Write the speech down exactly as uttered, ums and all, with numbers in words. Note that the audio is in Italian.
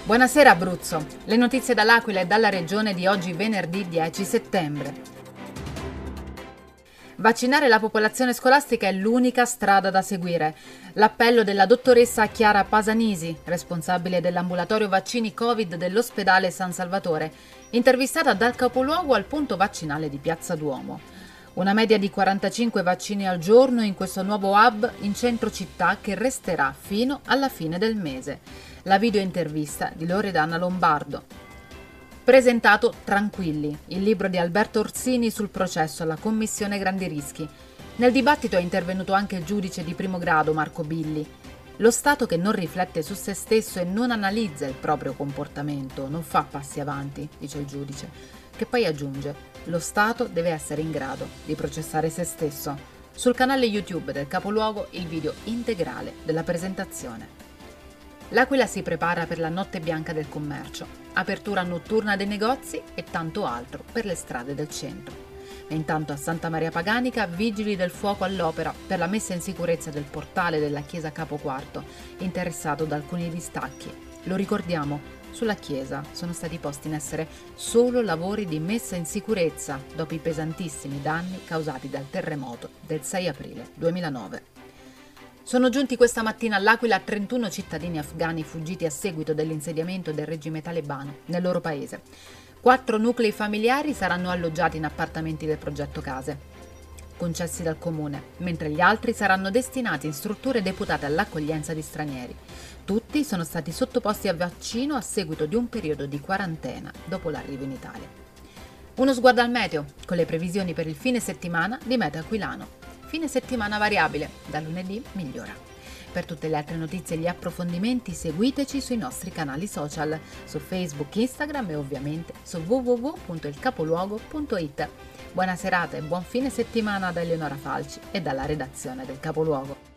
Buonasera Abruzzo, le notizie dall'Aquila e dalla regione di oggi venerdì dieci settembre. Vaccinare la popolazione scolastica è l'unica strada da seguire. L'appello della dottoressa Chiara Pasanisi, responsabile dell'ambulatorio vaccini Covid dell'ospedale San Salvatore, intervistata dal capoluogo al punto vaccinale di Piazza Duomo. Una media di quarantacinque vaccini al giorno in questo nuovo hub in centro città che resterà fino alla fine del mese. La videointervista di Loredana Lombardo. Presentato Tranquilli, il libro di Alberto Orsini sul processo alla Commissione Grandi Rischi. Nel dibattito è intervenuto anche il giudice di primo grado Marco Billi. Lo Stato che non riflette su se stesso e non analizza il proprio comportamento non fa passi avanti, dice il giudice, che poi aggiunge: lo Stato deve essere in grado di processare se stesso. Sul canale YouTube del capoluogo il video integrale della presentazione. L'Aquila si prepara per la notte bianca del commercio, apertura notturna dei negozi e tanto altro per le strade del centro. E intanto a Santa Maria Paganica vigili del fuoco all'opera per la messa in sicurezza del portale della chiesa Capo Quarto, interessato da alcuni distacchi. Lo ricordiamo, sulla chiesa sono stati posti in essere solo lavori di messa in sicurezza dopo i pesantissimi danni causati dal terremoto del sei aprile duemilanove. Sono giunti questa mattina all'Aquila trentuno cittadini afghani fuggiti a seguito dell'insediamento del regime talebano nel loro paese. Quattro nuclei familiari saranno alloggiati in appartamenti del progetto Case, concessi dal comune, mentre gli altri saranno destinati in strutture deputate all'accoglienza di stranieri. Tutti sono stati sottoposti a vaccino a seguito di un periodo di quarantena dopo l'arrivo in Italia. Uno sguardo al meteo, con le previsioni per il fine settimana di Meteo Aquilano. Fine settimana variabile, da lunedì migliora. Per tutte le altre notizie e gli approfondimenti seguiteci sui nostri canali social, su Facebook, Instagram e ovviamente su w w w punto il capoluogo punto i t. Buona serata e buon fine settimana da Eleonora Falci e dalla redazione del Capoluogo.